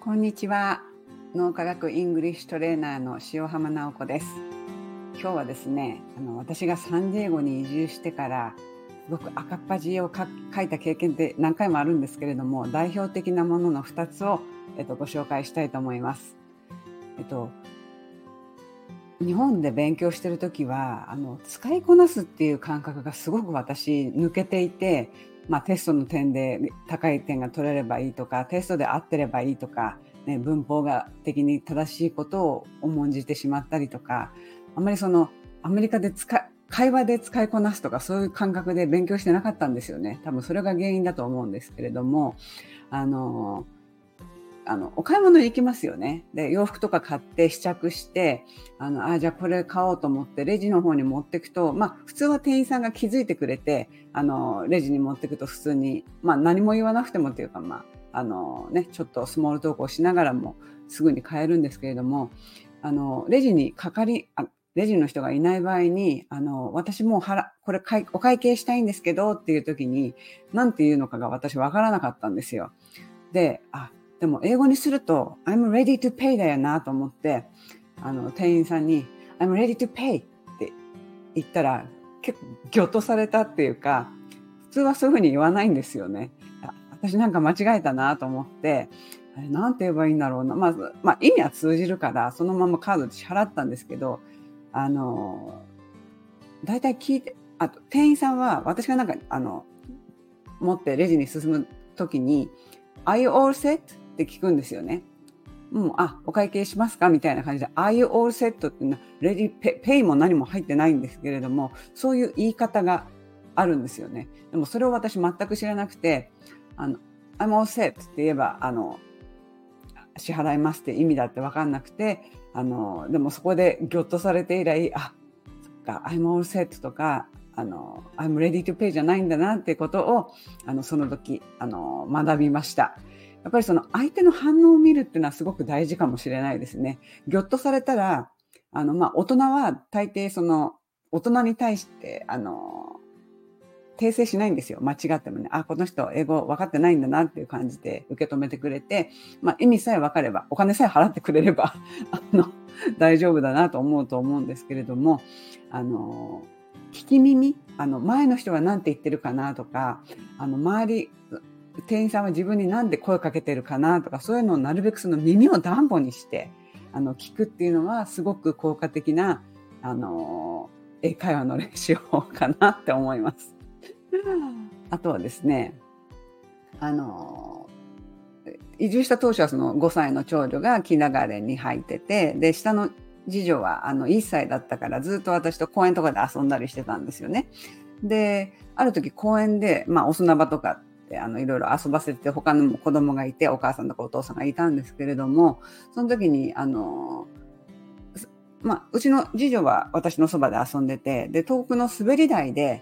こんにちは。脳科学イングリッシュトレーナーの塩浜直子です。今日はですね、私がサンディエゴに移住してからすごく赤っ端を書いた経験って何回もあるんですけれども、代表的なものの2つを、ご紹介したいと思います。日本で勉強してるときは使いこなすっていう感覚がすごく私抜けていて、テストの点で高い点が取れればいいとか、テストで合ってればいいとか、文法が的に正しいことを重んじてしまったりとか、あまりアメリカで会話で使いこなすとかそういう感覚で勉強してなかったんですよね。多分それが原因だと思うんですけれども、お買い物に行きますよね。で、洋服とか買って試着して、じゃあこれ買おうと思ってレジの方に持ってくと、普通は店員さんが気づいてくれて、レジに持ってくと普通に、何も言わなくてもっていうか、ちょっとスモールトークをしながらもすぐに買えるんですけれども、レジの人がいない場合に、私もこれお会計したいんですけどっていう時に、なんて言うのかが私わからなかったんですよ。でも英語にすると I'm ready to pay だよなと思って、店員さんに I'm ready to pay って言ったら結構ギョッとされたっていうか、普通はそういうふうに言わないんですよね。私なんか間違えたなと思って、なんて言えばいいんだろうな。意味は通じるからそのままカードで支払ったんですけど、だいたい聞いて、店員さんは私が持ってレジに進むときに Are you all set? って聞くんですよね。お会計しますかみたいな感じで Are you all set? っていうのはレジペイも何も入ってないんですけれども、そういう言い方があるんですよね。でもそれを私全く知らなくて、I'm all set って言えば支払いますって意味だって分かんなくて、でもそこでギョッとされて以来、そっか I'm all set とかI'm ready to pay じゃないんだなっていうことをその時学びました。やっぱりその相手の反応を見るっていうのはすごく大事かもしれないですね。ギョッとされたら大人は大抵大人に対して訂正しないんですよ。間違ってもね、この人英語分かってないんだなっていう感じで受け止めてくれて、意味さえ分かれば、お金さえ払ってくれれば大丈夫だなと思うんですけれども、聞き耳、前の人が何て言ってるかなとか、周り店員さんは自分に何で声をかけてるかなとか、そういうのをなるべくその耳を暖房にして聞くっていうのはすごく効果的な英会話の練習法かなって思います。あとはですね、移住した当初はその5歳の長女がキンダーガーデンに入ってて、で下の次女は1歳だったからずっと私と公園とかで遊んだりしてたんですよね。である時公園で、お砂場とかっていろいろ遊ばせて他の子供がいて、お母さんとかお父さんがいたんですけれども、その時にうちの次女は私のそばで遊んでて、で遠くの滑り台で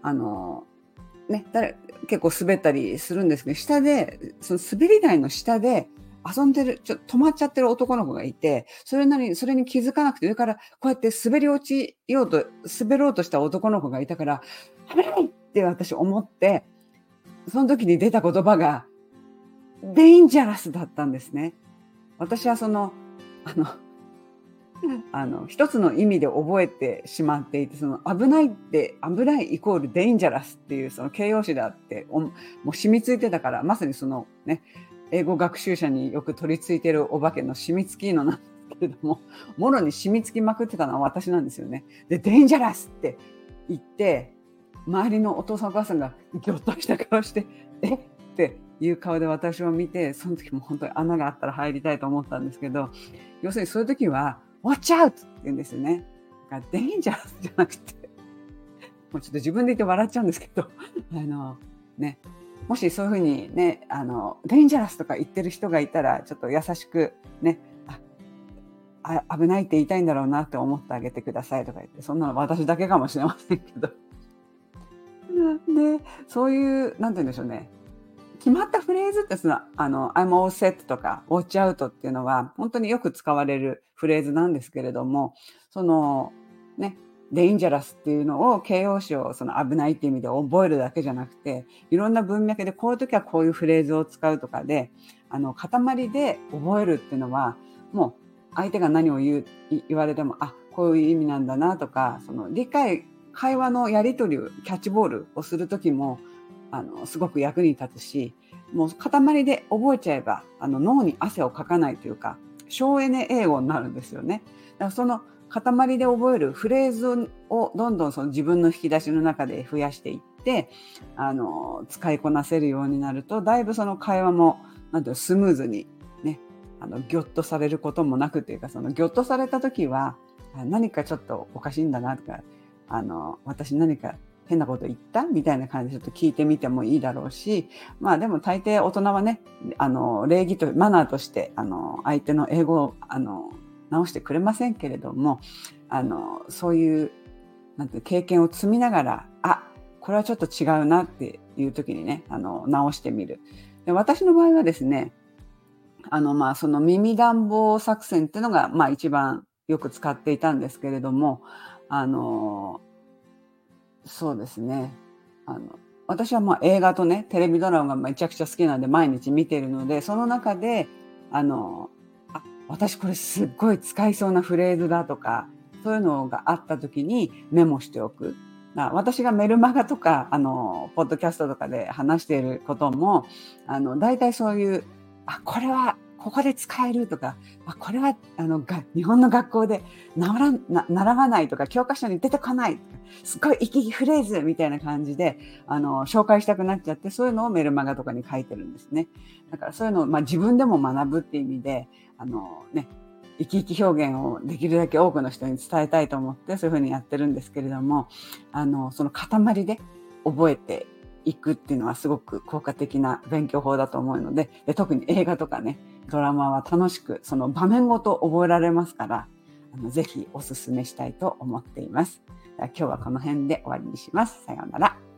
結構滑ったりするんですけど、その滑り台の下で遊んでる、止まっちゃってる男の子がいて、それに気づかなくて、上からこうやって滑ろうとした男の子がいたから、危ないって私思って、その時に出た言葉が、デインジャラスだったんですね。私は一つの意味で覚えてしまっていて、危ないイコールデインジャラスっていうその形容詞だってもう染みついてたから、まさに英語学習者によく取り付いてるお化けの染み付きのなんですけれども、もろに染み付きまくってたのは私なんですよね。で、デインジャラスって言って、周りのお父さんお母さんがギョッとした顔して、っていう顔で私を見て、その時も本当に穴があったら入りたいと思ったんですけど、要するにそういう時は、Watch out! って言うんですよね。デインジャラスじゃなくて、もうちょっと自分で言って笑っちゃうんですけど、もしそういうふうにね、デインジャラスとか言ってる人がいたら、ちょっと優しくね、危ないって言いたいんだろうなって思ってあげてくださいとか言って、そんなの私だけかもしれませんけど。で、そういう、なんて言うんでしょうね。決まったフレーズってI'm all set とか watch out っていうのは本当によく使われるフレーズなんですけれども、 デインジャラスっていうのを形容詞をその危ないっていう意味で覚えるだけじゃなくて、いろんな文脈でこういう時はこういうフレーズを使うとかで、塊で覚えるっていうのは、もう相手が何を言われても、あ、こういう意味なんだなとか、その会話のやり取りを、キャッチボールをする時も、すごく役に立つし、もう塊で覚えちゃえば、脳に汗をかかないというか、省エネ英語になるんですよね。だからその塊で覚えるフレーズをどんどんその自分の引き出しの中で増やしていって、使いこなせるようになると、だいぶその会話も、なんていうスムーズにね、ギョッとされることもなくというか、そのギョッとされた時は、何かちょっとおかしいんだなとか、私何か変なこと言ったみたいな感じでちょっと聞いてみてもいいだろうし、まあでも大抵大人はね、礼儀とマナーとして、相手の英語を、直してくれませんけれども、そういう、なんて経験を積みながら、あ、これはちょっと違うなっていう時にね、直してみる。で、私の場合はですね、まあその耳暖房作戦っていうのが、まあ一番よく使っていたんですけれども、そうですね。私はまあ映画とね、テレビドラマがめちゃくちゃ好きなんで毎日見ているので、その中で、私これすっごい使いそうなフレーズだとか、そういうのがあった時にメモしておく。私がメルマガとか、ポッドキャストとかで話していることも、大体そういう、あ、これはここで使えるとか、あ、これは日本の学校で習わないとか、教科書に出てこないとか、すごい生きフレーズみたいな感じで紹介したくなっちゃって、そういうのをメルマガとかに書いてるんですね。だからそういうのを、自分でも学ぶっていう意味で生き生き表現をできるだけ多くの人に伝えたいと思って、そういうふうにやってるんですけれども、その塊で覚えていくっていうのはすごく効果的な勉強法だと思うので、特に映画とかね、ドラマは楽しくその場面ごと覚えられますから、ぜひお勧めしたいと思っています。今日はこの辺で終わりにします。さようなら。